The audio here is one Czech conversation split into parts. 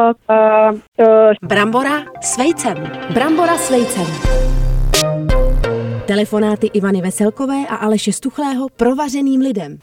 Brambora s vejcem. Brambora s vejcem. Telefonáty Ivany Veselkové a Aleše Stuchlého provařeným lidem.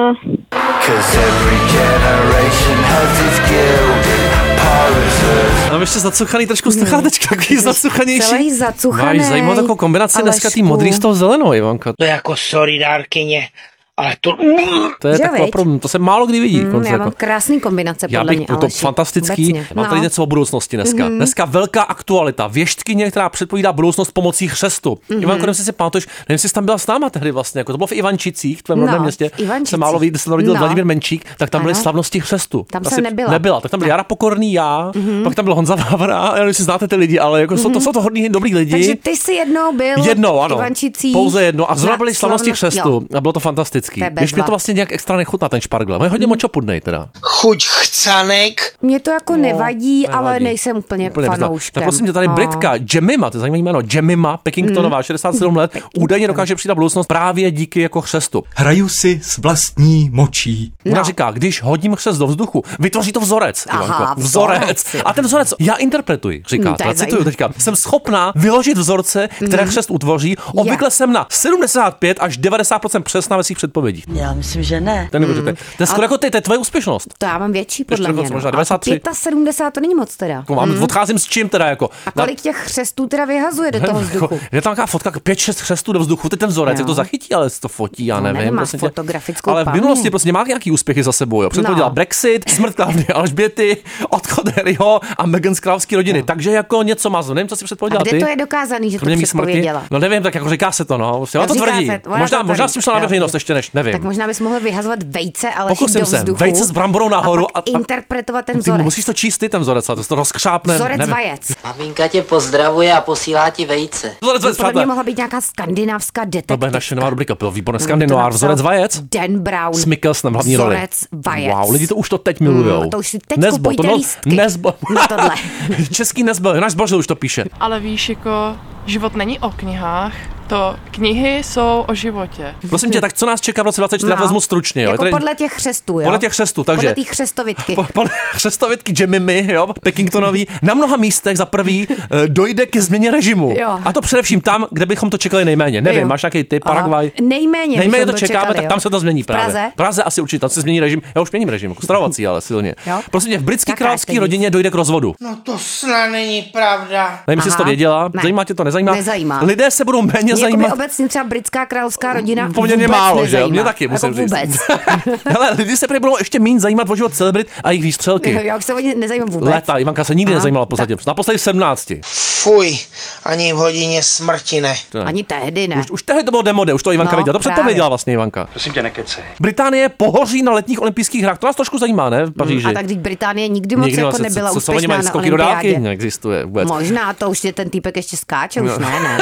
No ještě zacuchaný trošku stuchátečka, takový zacuchanější. Celý zacuchaný. Máš zajímavou takovou kombinaci dneska tý modrý s tou zelenou, Ivanko. To je jako sorry dárkyně, ale to je taková problém, to se málo kdy vidí. Já mám krásný kombinace podle mě, to fantastický. Obecně. Mám tady něco o budoucnosti dneska. Dneska velká aktualita. Věštkyně, která předpovídá budoucnost pomocí chřestu. Ivanko, nevím, si pamatuješ, nevím, jestli jsi tam byla s náma tehdy vlastně, jako to bylo v Ivančicích, v tvém rodném městě. Se málo ví, kde se narodil Vladimír Menčík, tak tam byly slavnosti chřestu. Tam jsem nebyla. Tak tam byl Jara Pokorný, já, pak tam byl Honza Vávra, já nevím, jestli znáte ty lidi, ale jako jsou to hodní dobrý lidi. Takže ty jsi jednou byl ano, v Ivančicích. Pouze jedno a zrovna byly slavnosti křestu a bylo to fantastický. Když mi to vlastně nějak extra nechutná ten špargl. Má hodně močopudnej teda. Chuť chcanek. Mně to jako nevadí, ale nejsem úplně fanouškem. Tak prosím tě, tady Britka Jemima, to je zajímavé jméno, Jemima Pekingtonová, 67 let, údajně dokáže přijít budoucnost právě díky jako chřestu. Hraju si s vlastní močí. Ona říká, když hodím chřest do vzduchu, vytvoří to vzorec. Ivanko, vzorec. A ten vzorec já interpretuji, říká. Cituju teďka. Jsem schopná vyložit vzorce, které chřest utvoří. Obvykle jsem na 75 až 90% přesná ve svých předpovědích. Já myslím, že ne. To je skoro jako ty, to je tvoje úspěšnost. To já mám větší podle mě. Možná 93. 75 to není moc teda. Odcházím s čím teda jako. A kolik těch chřestů teda vyhazuje do toho vzduchu? Je tam taková fotka, 5-6 chřestů do vzduchu, ty ten vzorec, jak to zachytí, ale to fotí, já nevím. Nemá fotografickou ale v minulosti prostě má nějaký úspěchy za sebou. Předpověděla Brexit, smrt Kláry Alžběty, odchod Harryho a Meghan z královské rodiny. Takže jako něco má, nevím, co si předpověděla ty. A kde to je dokázaný, že to předpověděla? No nevím, tak jako říká se to, no. To tvrdí. Možná s tím šla na veřejnost ještě než, nevím. Tak možná bys mohl vyhazovat vejce, ale pokusím se. Vejce s bramborou nahoru a interpretovat ten vzorec. Musíš to číst ty ten vzorec, a to rozkřápne. Vzorec vajec. Maminka tě pozdravuje a posílá ti vejce. Vzorec vajec, podle mě mohla být nějaká skandinávská detektivka. To bude naše nová rubrika, bylo výborné skandinávár, vzorec vajec. Dan Brown. S Mikkelsenem hlavní roli. Vzorec vajec. Wow, lidi to už to teď milujou. To už si teď kupujte lístky. Na tohle. Český Nesbel, náš Bořil už to píše. Ale víš, jako život není o knihách. To knihy jsou o životě. Prosím tě, tak co nás čeká v roce 2024, vezmu stručně. Jako tady, podle těch chřestů, jo? Podle těch chřestů, takže... Podle těch chřestovitky. Podle chřestovitky Jemimy, jo, Pekingtonový, na mnoha místech za prvý dojde ke změně režimu. Jo. A to především tam, kde bychom to čekali nejméně. Nevím, máš nějaký typ, Paraguay? Nejméně to čekáme, čekali, tak tam se to změní právě. Praze asi určitě, tam se změní režim. Já už měním režim, jako stravovací, ale silně. Prosím tě, v britské královské rodině dojde k rozvodu. No to snad není pravda. Nevím, jestli jsi to věděla. Zajímá tě to, nezajímá? Nezajímá. Lidé se budou méně zajímat. Britská královská rodina poměrně málo, že jo? Mě taky musím říct. Hele, lidi se prý budou ještě méně zajímat o život celebrit a jejich výstřelky. Já už se o ně nezajímám vůbec. Léta, Ivanka se nikdy nezajímala posadě. Naposledy v 17. Fuj, ani v hodině smrti ne. Ani tehdy ne. Už tehdy to bylo demode, už to Ivanka věděla. To předpověděla vlastně Ivanka. Prosím tě, nekecej. Británie pohoří na letních olympijských hrách. To nás trošku zajímá, ne? V Paříži. A tak teď Británie nikdy moc jako nebyla úspěšná na olympiádě. Neexistuje vůbec. Možná to už je ten týpek ještě skáče, už ne.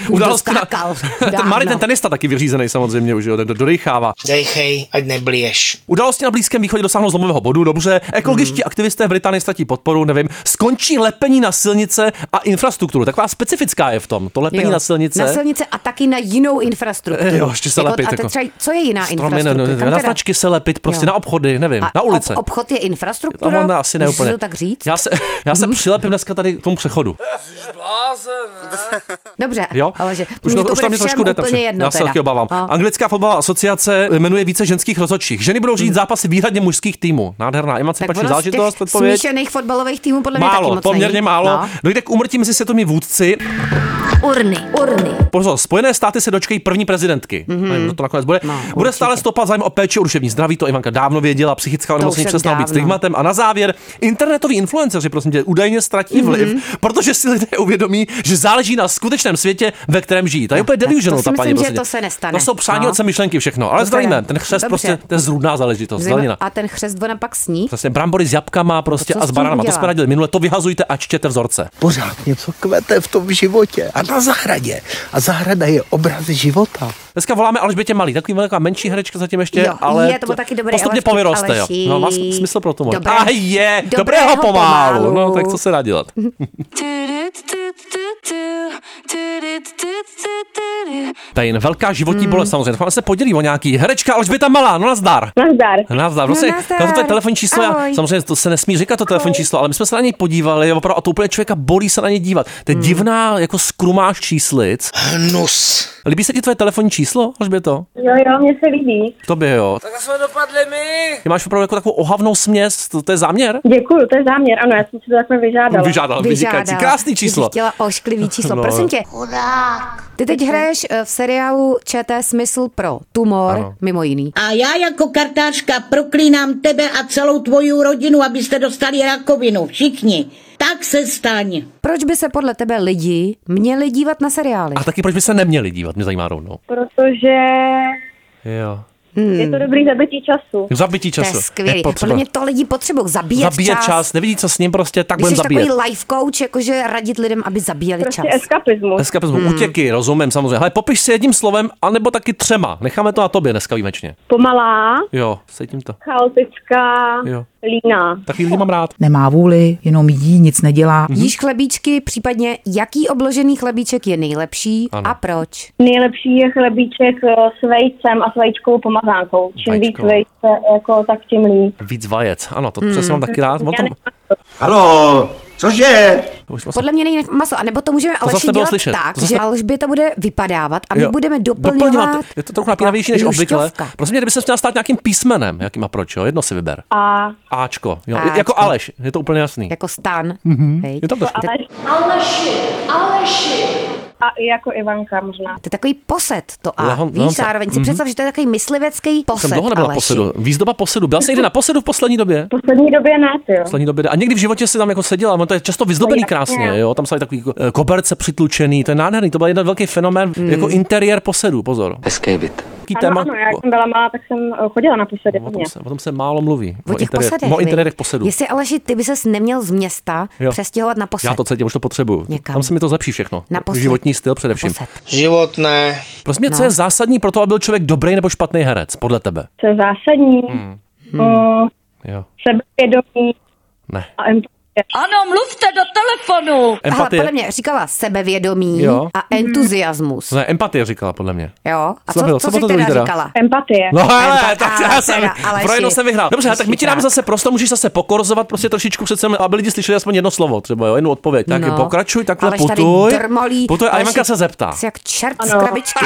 Ten tenista taky vyřízený samozřejmě už, jo, dodejchává. Dejchej, ať neblieš. Události na Blízkém východě dosáhnou zlomového bodu, dobře. Ekologičtí aktivisté v Británii ztratí podporu, nevím. Skončí lepení na silnice a infrastrukturu. Taková specifická je v tom. To lepení na silnice. Na silnice a taky na jinou infrastrukturu. Jo, ještě se lepit. A třeba, co je jiná infrastruktura? Na značky se lepit, prostě na obchody, nevím, na ulice. Obchod je infrastruktura? To asi neúplně. To tak říct? Já se přilepím dneska tady k tomu přechodu. Dobře, jo? Ale že už to mě trošku jde. Já se taky obávám. Anglická fotbalová asociace jmenuje více ženských rozhodčích. Ženy budou řídit zápasy výhradně mužských týmů. Nádherná emancipační záležitost. Smíšených fotbalových týmů podle mě taky moc poměrně málo. Dojde k úmrtí mezi světovými vůdci. Urny. Pozor, Spojené státy se dočkají první prezidentky. Nevím, to nakonec bude. Bude stále stoupat zájem o péči o duševní zdraví, to Ivanka dávno věděla, psychická onemocnění přestala být stigmatem. A na závěr, internetoví influenceři, prosím tě, údajně ztratí vliv, protože si lidé uvědomí, že záleží na skutečném světě, ve kterém žijí. To je úplně delusional, ta paní. Myslím, že to se nestane. To jsou přání otce myšlenky, všechno. Ale zdravíme, ten chřest prostě, to je zrůdná záležitost. A ten chřest ona pak sní? Přesně, brambory s jabkama prostě a s banánama. To jsme radili minule, to vyhazujte a čtěte vzorce. Pořád něco kvete v tom životě a na zahradě. A zahrada je obraz života. Dneska voláme Alžbětě Malý, taková menší herečka zatím ještě, jo, ale je to taky dobré, postupně povyroste, jo. No, má smysl pro to. Dobrého pomálu. No, tak co se dá dělat? pain, velká životní bolest samozřejmě. Doufám, se podělí o nějaký. Herečka Alžběta Malá, no nazdar. Nazdar. Vlastně, to je telefonní číslo, samozřejmě to se nesmí říkat to telefonní číslo, ale my jsme se na něj podívali, opravdu a to úplně člověka bolí se na něj dívat. To je divná jako skrumáž číslic. Hnus. Líbí se ti tvoje telefonní číslo, Alžběto? Jo, mně se líbí. Tobě jo. Tak jsme dopadli my. Ty máš opravdu jako takovou ohavnou směs, to je záměr? Děkuju, to je záměr, ano, já jsem si to takhle vyžádala. Vyžádala. Krásný číslo. Ty chtěla ošklivý číslo, No. prosím tě. Ty teď hraješ v seriálu ČT Smysl pro Tumor, Ano. mimo jiný. A já jako kartářka proklínám tebe a celou tvoji rodinu, abyste dostali rakovinu. Všichni. Tak se staň. Proč by se podle tebe lidi měli dívat na seriály? A taky proč by se neměli dívat, mě zajímá rovnou. Protože Jo. je to dobrý zabití času. Zabití To je času. skvělý. Podle mě to lidi potřebují zabíjet čas. Nevidí, co s ním prostě, tak Když budeme jsi zabíjet. takový life coach, jakože radit lidem, aby zabíjeli Prostě čas. eskapismus. Eskapismus, útěky, rozumím samozřejmě. Hele, popiš si jedním slovem, anebo taky 3. Necháme to na tobě dneska výjimečně. Pomalá, Jo, cítím to. chaotická, Jo. líná. Takový lidi mám rád. Nemá vůli, jenom jí, nic nedělá. Jíš chlebíčky, případně jaký obložený chlebíček je nejlepší Ano. a proč? Nejlepší je chlebíček s vejcem a s vajíčkovou pomazánkou. Čím víc Vajíčkovou. vejce, jako, tak tím líp. Víc vajec, ano, to přesně mám taky rád. Halo, cože? Podle mě není maso, anebo to můžeme Aleši zase nebylo dělat slyšet. tak, To zase- že Alžběta bude vypadávat a my Jo. budeme doplňovat. Je to trochu napínavější než obvykle. Lišťovka. Prosím mě, kdyby se měl stát nějakým písmenem, jakým a proč, jo? Jedno si vyber. A Ačko, jo. Ačko. Jako Aleš, je to úplně jasný. Jako stan. Hej. Je to trošku. a i jako Ivanka možná. To je takový posed, to A. Lehon- Víš, lehonce. zároveň si představ, že to je takový myslivecký posed, Jsem dlouho nebyla Aleši. posedu. Výzdoba posedu. Byla jsi někdy na posedu v poslední době? V poslední době ne, ty jo. Poslední době. A někdy v životě si tam jako seděla, ono to je často vyzdobený No, jasně. krásně, jo, tam jsou takový koberce přitlučený, to je nádherný, to byl jeden velký fenomén, jako interiér posedu, pozor. Hezký byt. Taký Ano, téma, ano, já jak jsem byla malá, tak jsem chodila na posedy. o tom se málo mluví. O těch posedech. O vy. interiérech posedu. Jestli Aleši, ty by ses neměl z města Jo. přestěhovat na posed. Já to cítím, už to potřebuju. Někam. Tam se mi to zlepší všechno. Na posed. Životní styl především. Posed. Život ne. Prosím mě, co je zásadní pro to, aby byl člověk dobrý nebo špatný herec, podle tebe? Co je zásadní, Jo. sebevědomí Ne. a empatie. Ano, mluvte do telefonu. Aha, Empatie? podle mě říkala sebevědomí Jo. a entuziasmus. Ne, empatie říkala, podle mě. Jo? A Co co, bylo? co Co jsi bylo to teda druhý teda? říkala? Empatie. No hele, Empat- tak a, já jsem, teda, Aleši, pro jedno jsem vyhrál. Dobře, tak my ti dáme chytrá. zase prostor, můžeš zase pokorzovat prostě trošičku přece, aby lidi slyšeli aspoň jedno slovo, třeba jo, jednu odpověď. Tak No. pokračuj, takhle Aleš tady putuj. drmolí. Putuj a Aleši, Ivanka se zeptá. Jsi jak čert z Ano. krabičky.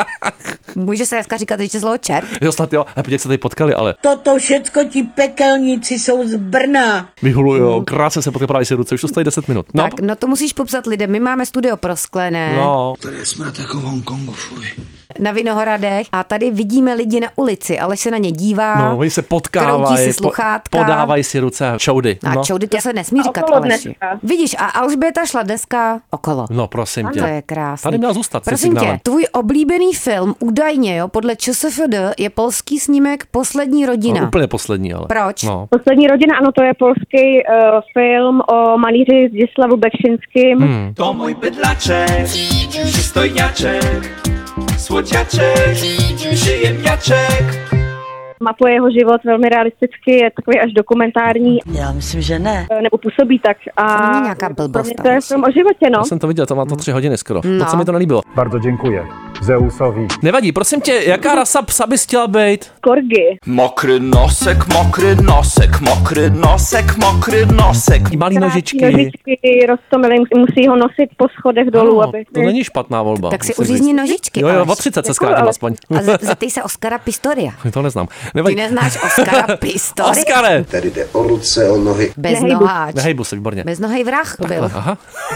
Může se dneska říkat ještě slovo čert? Jo, snad jo, a podívej, jak se tady potkali, ale Toto všecko ti pekelníci jsou z Brna. vyhulu, jo, krátce se potkali si ruce, už to stojí 10 minut. No, Tak, no to musíš popsat lidem. My máme studio prosklené no. Tady je smrt jako v Hongkongu, fuj. na Vinohradech a tady vidíme lidi na ulici, ale se na ně dívá. No, oni se kroutí potkávají, si sluchátka. podávají si ruce, čoudy. A No. čoudy, to se nesmí říkat, okolo Aleši. dneska. Vidíš, a Alžběta šla dneska okolo. No, prosím tě. To je krásný. Tady měla zůstat s tím Prosím tě, signálem. tvůj oblíbený film, údajně, jo, podle ČSFD, je polský snímek Poslední rodina. No, úplně poslední, ale. Proč? No. Poslední rodina, ano, to je polský film o malíři Zdzislavu Bekšinským. To můj bydlaček, przystojniaczek, słodziaczek, przyjemniaczek. Mapuje jeho život velmi realisticky, je takový až dokumentární, Já myslím, že ne. nebo působí tak. A To není nějaká blbost, pro mě to je Aleši. film o životě, no. Já jsem to viděl, to má to 3 hodiny skoro. No. Moc se mi to nelíbilo. Bardzo dziękuję Zeusowi. Nevadí, prosím tě, jaká rasa psa bys chtěla být? Korgi. Mokry nosek, mokry nosek, mokry nosek, mokry nosek. Malý nožičky. Nožičky roztomilý, musí ho nosit po schodech dolů, Ano, aby... to není špatná volba. Tak si musím uřízni říct. nožičky, Jo, jo, Aleš. o 30 se Děkuju, zkrátím ale- aspoň. A zeptej se Oskara Pistoria. To neznám. Ty Nevadí. neznáš Oskara Pistoria? Oskare! Tady jde o ruce, o nohy. Bez Nehejbu. noháč. Nehejbu se, výborně. Bez nohej vrah to byl. Aha.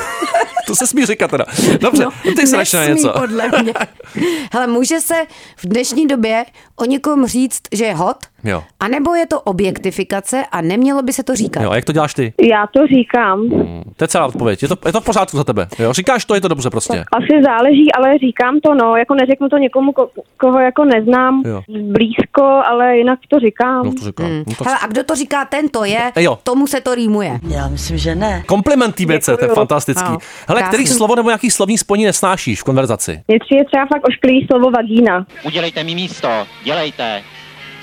To se smí říkat teda. Dobře, ty se našli na nesmí, něco. podle mě. Hele, může se v dnešní době o někom říct, že je hot? Jo. A nebo je to objektifikace a nemělo by se to říkat? Jo, a jak to děláš ty? Já to říkám. To je celá odpověď. Je to v pořádku za tebe. Jo, říkáš to, je to dobře prostě. Asi záleží, ale říkám to, no. Jako neřeknu to někomu, koho jako neznám Jo. blízko, ale jinak to říkám. No to říkám. No, tak... Hele, a kdo to říká, ten to je, Jo. tomu se to rýmuje. Já myslím, že ne. Kompliment té věce, to je Děkuju. fantastický. No, Hele, krásný. který slovo nebo nějaký slovní spojení nesnášíš v konverzaci? Mně přijde třeba fakt ošklivý slovo vagína. Udělejte mi místo, dělejte.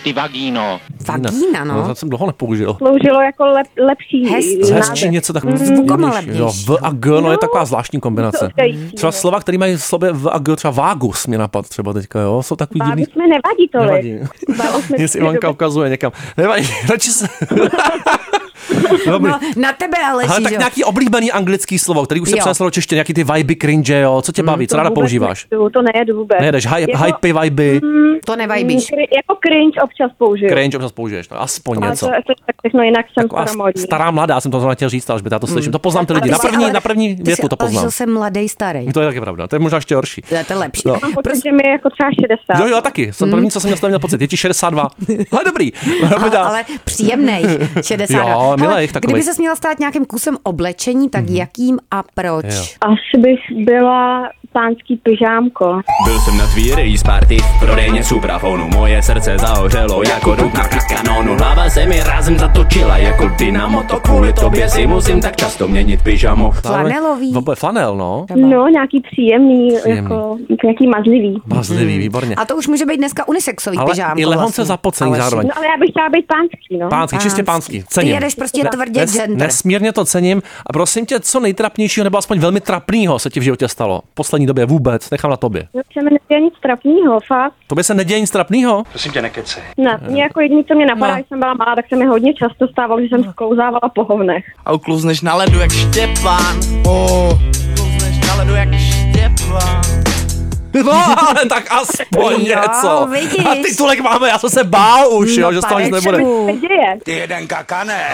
ty vagíno. Vagína, no. To jsem dlouho nepoužil. Sloužilo jako lepší. Hezčí něco tak zvukomalebnější. V a G, no je taková zvláštní kombinace. Třeba slova, které mají v slově V a G, třeba vágus mě napad třeba teďka, jo, jsou takový divný. Vágus mi nevadí tolik. Nevadí. Jestli Ivanka ukazuje někam. Nevadí, radši se... No, na tebe ale tak nějaký oblíbený anglický slovo, který už se přeneslo do češtiny, nějaký ty vibe, cringe, jo, co tě baví, co ráda používáš? To nejedu vůbec. Nejedeš, hype, vibe. To nevajbíš. Jako cringe občas použiju. Cringe občas použiješ, no, aspoň něco. No jinak jsem staromodní. Stará mladá, jsem to zrovna chtěl říct, Alžběta, já to slyším. To poznám ty lidi, na první větu to poznám. Ty jsi jsem mladý, starý. To je taky pravda, to je možná ještě horší. To je lepší. No. Mám pocit, že mi je jako třeba 60. Jo, taky, jsem první, co jsem měl pocit, je ti 62. Ale dobrý. Ale příjemnej 60. Jo, milejch takovej. Kdyby se měla stát nějakým kusem oblečení, tak jakým a proč? Jo. Asi bych byla pánský pyžámko. Byl jsem na tvý release party v prodejně suprafonu. Moje srdce zahořelo jako ruka kanonu. Hlava se mi rázem zatočila jako dynamo. To kvůli tobě si musím tak často měnit pyžamo. Flanelový. Flanel, no. No, nějaký příjemný. Jako nějaký mazlivý. Mazlivý, výborně. A to už může být dneska unisexový pyžámko. Ale i lehonce zapocený zároveň. No, ale já bych chtěla být pánský, no. Pánský, čistě pánský. Cením. Ty jedeš prostě tvrdě gender. Nesmírně to cením. A prosím tě, co nejtrapnějšího nebo aspoň velmi trapného se ti v životě stalo? V poslední době vůbec, nechám na tobě. No, se mi neděje nic trapného, fakt. Tobě se neděje nic trapného? Prosím tě, nekecej. Ne, mě jako jediný, co mě napadá, když jsem byla malá, tak se mi hodně často stávalo, že jsem sklouzávala po hovnech. A uklouzneš na ledu jak Štěpán. Uklouzneš na ledu jak Štěpán. No, ale tak aspoň něco. Vidíš. A titulek máme, já jsem se bál už, jo, že z toho nic nebude. Ty jeden kakane.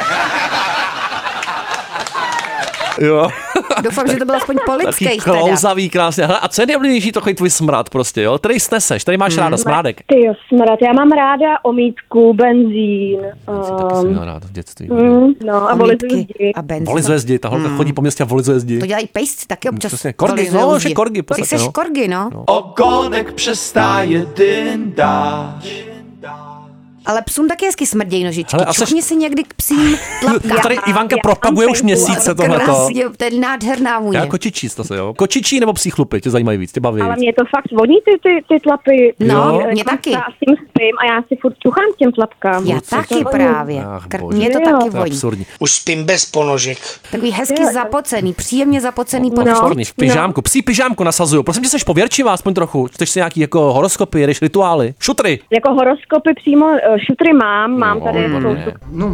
Jo. Doufám, že to byl aspoň politický. Taký klouzavý, krásně. Hele, a co je nejbližší takový tvůj smrad prostě, jo? Který sneseš, který máš ráda, smrádek? Ty jo, smrad. Já mám ráda omítku, benzín. Taky jsem měla ráda v dětství. No a volizuje zdi. Volizuje zdi, ta holka chodí po městě a volizuje zdi. To dělají pejsci taky občas. Přesně, korgi, no, že korgi. Ty seš korgi, no. Ogonek přestáje dyndáč. Ale psům taky hezky smrdějí nožičky. Hele, Čuchni si někdy k psím tlapka. Tady Ivanka propaguje už měsíce tohleto. Krásně, to je nádherná vůně. Já kočičí zase, jo. Kočičí nebo psí chlupy, tě zajímají víc, tě baví. Ale mě to fakt voní ty tlapy. No, mě taky. Já s tím spím a já si furt čuchám k těm tlapkám. Já taky právě. Mě to taky voní. Absurdní. Už spím bez ponožek. Takový hezky zapocený, příjemně zapocený ponožky. V pyžámku, psí pyžámku nasazuju. Prosím tě, jsi pověrčivá aspoň trochu. Čteš si nějaký jako horoskopy, jedeš rituály, šutry. Jako horoskopy přímo, šutry mám tady spoustu. No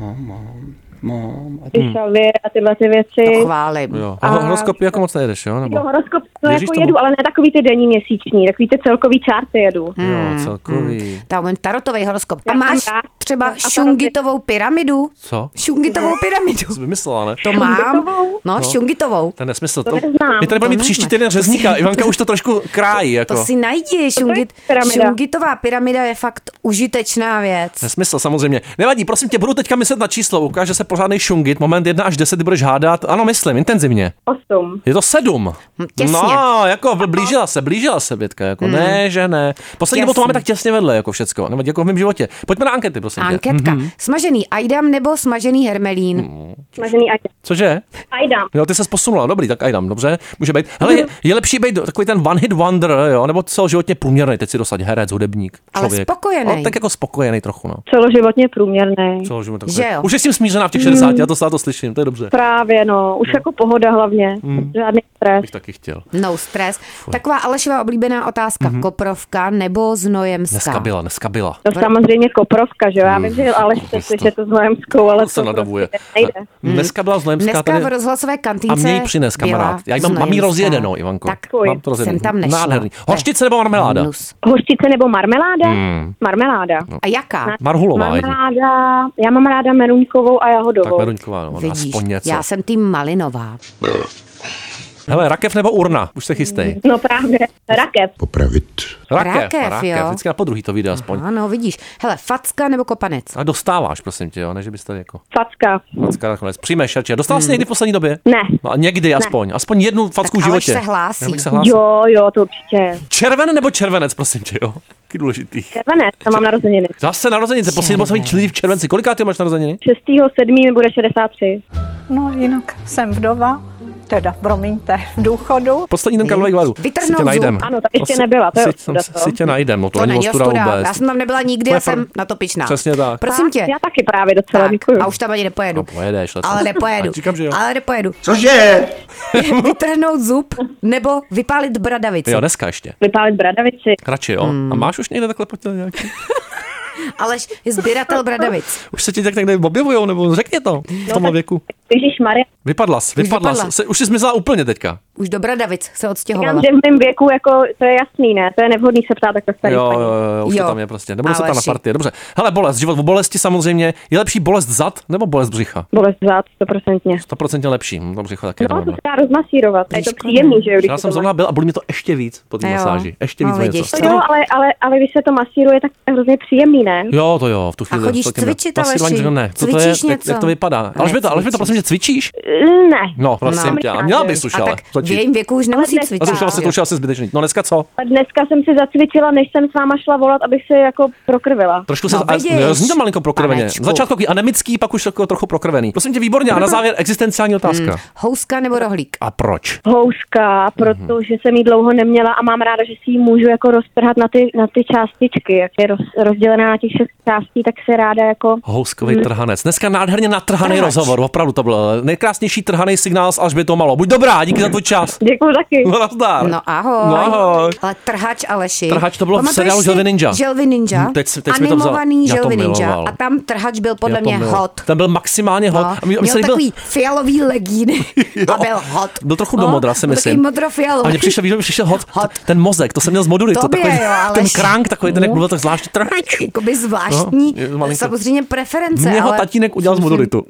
mám. Ty šalvy a tyhle ty věci. To chválím. Jo. A horoskopy jako moc nejedeš, jo? Nebo? Horoskop to jako jedu, ale ne takový ty denní měsíční, takový ty celkový čárty jedu. Jo, celkový. Tam mám tarotový horoskop. A máš třeba šungitovou pyramidu? Co? Šungitovou pyramidu. To jsi vymyslela, ne? To mám. No, šungitovou. To je nesmysl. To neznám. My tady budeme mít příští týden řezníka. Ivanka už to trošku krájí. Jako. To si najdi. Šungitová pyramida je fakt užitečná věc. Nesmysl, samozřejmě. Nevadí, prosím tě, budu teďka myslet na číslo. Ukáže se pořádnej šungit. Moment 1 až 10 ty budeš hádat. Ano, myslím, intenzivně. 8. Je to 7. Těsně. No, jako blížila se, Bětka, jako ne, že ne. Poslední dobou to máme tak těsně vedle, jako všecko. Nevadí, jako v mém životě. Pojďme na ankety, prosím tě. Anketka. Smažený ajdam nebo smažený hermelín? Smažený ajdam. Cože? Ajdam. Jo, ty se posunula, dobrý, tak ajdam, dobře, může být. Hele, je lepší být takový ten one hit wonder, jo, nebo celoživotně průměrný, teď si dosaď herec, hudebník, člověk. Ale spokojený. No, tak jako spokojený trochu, no. Celoživotně průměrný. Že jo. Už je s tím smířená v těch 60, já to slyším, to je dobře. Právě, no, už jako pohoda hlavně. Žádný stres. Bych taky chtěl. No stres. Taková Alešova oblíbená otázka. Koprovka nebo Znojemská? Dneska byla. To samozřejmě Koprovka, že jo? Já vím, že Aleš chce slyšet to Znojemskou, ale to se nadavuje. Nejde. Dneska byla Znojemská Dneska tady. v rozhlasové kantýnce. A mě ji přines, kamarád. Já ji mám jí rozjedenou, Ivanko. Tak mám to rozjedenou. jsem tam nešla. Nádherný. Hořčice nebo marmeláda? Hořčice nebo marmeláda? Marmeláda. A jaká? Marhulová. Marmeláda. Já mám ráda meruňkovou a jahodovou. Tak meruňková, no, Vidíš, aspoň něco. já jsem tým malinová. Hele, rakev nebo urna? Už se chystej. No právě, rakev. Popravit. Rakev, jo. Vždycky na podruhý to vyjde aspoň. Ano, vidíš. Hele, facka nebo kopanec? A dostáváš, prosím tě, jo, než bys tady jako... Facka. Facka nakonec. Přijmeš, Šarče. Dostala jsi někdy v poslední době? Ne. No a někdy aspoň. Aspoň jednu facku v životě. Tak se hlásí. Jo, to určitě. Červen nebo červenec, prosím tě, jo? Taky důležitý. Červenec, tam mám narozeniny. Zase narozeniny, poslední dobou jsem čili v červenci. Koliká ty máš narozeniny? 6.7. mi bude 63. No, jinak jsem vdova. teda, promiňte, v důchodu. Poslední den Karlových Varů. Vytrhnout najdem. Ano, tak ještě nebyla. To je si tě najdem, no to není není ostuda vůbec. Já jsem tam nebyla nikdy a jsem na to pyšná. Přesně tak. Prosím tě. Já taky právě docela, děkuju. A už tam ani nepojedu. No pojedeš. Ale nepojedu. Říkám, že jo. Ale nepojedu. Cože? Vytrhnout zub nebo vypálit bradavici. Jo, dneska ještě. Vypálit bradavici. Radši, jo. A máš už někde takhle potěl nějaký? Aleš je sběratel bradavic. Už se ti tak někde objevujou, nebo řekni to v tomhle věku. Ježišmarja. Vypadla. Už jsi zmizela úplně teďka. Už do bradavic se odstěhovala. Říkám, že v mém věku, jako, to je jasný, ne? To je nevhodný se ptát takhle starý paní. Jo, už to tam je prostě. Nebudu se tam na partii. Dobře. Hele, bolest, život o bolesti samozřejmě. Je lepší bolest zad nebo bolest břicha? Bolest zad, 100%. 100% lepší. To břicho taky. No, to se dá rozmasírovat. Je to příjemný, že jo? Já jsem zrovna byl a bolí mě to ještě víc po té masáži. Ještě víc něco. Jo, ale když se to masíruje, tak je hrozně příjemný, ne? Jo, to jo, v tu chvíli. A chodíš cvičit, Aleši? Ne. Co to je? Jak to vypadá? Ale to prosím, že cvičíš? Ne. No, prosím tě. A měla bys už ale. V jejím věku už nemusí cvičit. To už asi zbytečný. No dneska co? Dneska jsem si zacvičila, než jsem s váma šla volat, abych se jako prokrvila. Trošku zní to malinko prokrveně. Začátku takový anemický, pak už jako trochu prokrvený. Prosím tě, výborně. A na závěr existenciální otázka. Houska nebo rohlík? A proč? Houska, protože jsem jí dlouho neměla a mám ráda, že si ji můžu jako roztrhat na ty částičky. Jak je rozdělená na těch 6 částí, tak se ráda jako... Houskový trhanec. Dneska nádherně natrhaný rozhovor. Opravdu to byl nejkrásnější trhaný signál z Alžbětou Malou. Buď dobrá, díky za tvůj čas. Děkuji taky. No, nazdar. No ahoj. No, ahoj. Ale trhač, Aleši. Trhač to bylo v seriálu Želvy Ninja. Želvy Ninja. Teď mi to animovaný Želvy Ninja. A tam trhač byl podle mě hot. Ten byl maximálně hot. No, měl takový fialový legíny a byl hot. Byl trochu do modra, si myslím. Takový modrofialový. A mně přišel hot. Ten mozek, to jsem měl z moduly. Ten kránk takový, ten jak byl tak zvláštní trhač. Jakoby zvláštní, samozřejmě preference. Mě ho tatínek udělal z modulity.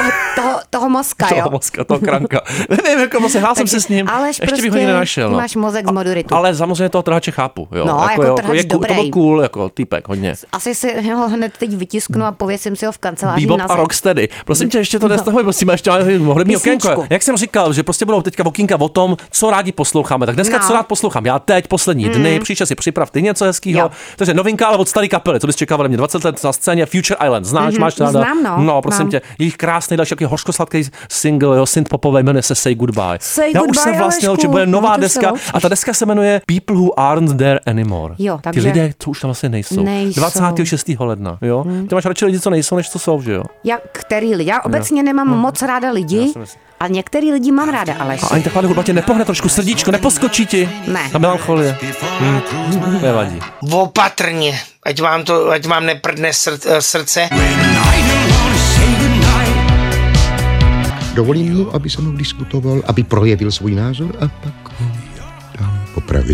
Toho mozka, jo. Toho mozka, toho kránka. Nevím, jako se hlásím se s ním. Ještě bych ho nikdy nenašel. Ty máš mozek z moduritu. Ale samozřejmě toho trhače chápu. Jo. No, jako trhač dobrý. To byl cool, jako týpek, hodně. Asi si ho hned teď vytisknu a pověsím si ho v kanceláři Bebop na a Rocksteady. Prosím tě, ještě to nestahuj, prosím, ještě hudební okénko. Jak jsem říkal, že prostě budou teďka okýnka o tom, co rádi posloucháme. Tak dneska co rád poslouchám. Já teď poslední dny, příště si připrav ty něco hezkýho. Takže novinka, ale od staré kapely. Co bys čekal, mě 20 let na scéně Future Island. Znáš, máš ráda? Znám, no, prosím tě. Jejich krásný další jaký hořkosladký single, jo, synth popové, jmenuje se Say Goodbye. Já už jsem vlastně, že bude nová deska a ta deska se jmenuje People Who Aren't There Anymore. Jo, takže ty lidé, co už tam vlastně nejsou. 26. ledna, jo. Ty máš radši lidi, co nejsou, než co jsou, že jo? Který lidi? Já obecně nemám moc ráda lidi. A některý lidi mám ráda, Aleš. A ani taková hudba tě nepohne trošku srdíčko, neposkočí ti? Ne. Ta melancholie. Nevadí. Opatrně, ať vám neprdne srdce. Dovolím mu, aby se mnou diskutoval, aby projevil svůj názor a pak ho dám popravit.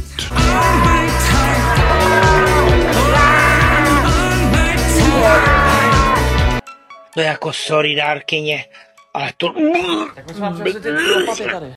No jako sorry, dárkyně, ale to...